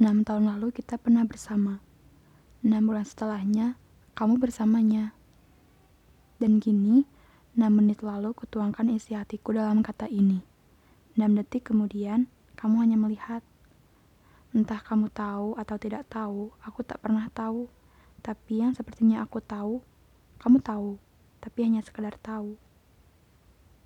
6 tahun lalu kita pernah bersama. 6 bulan setelahnya, kamu bersamanya. Dan kini, 6 menit lalu kutuangkan isi hatiku dalam kata ini. 6 detik kemudian, kamu hanya melihat. Entah kamu tahu atau tidak tahu, aku tak pernah tahu. Tapi yang sepertinya aku tahu, kamu tahu. Tapi hanya sekedar tahu.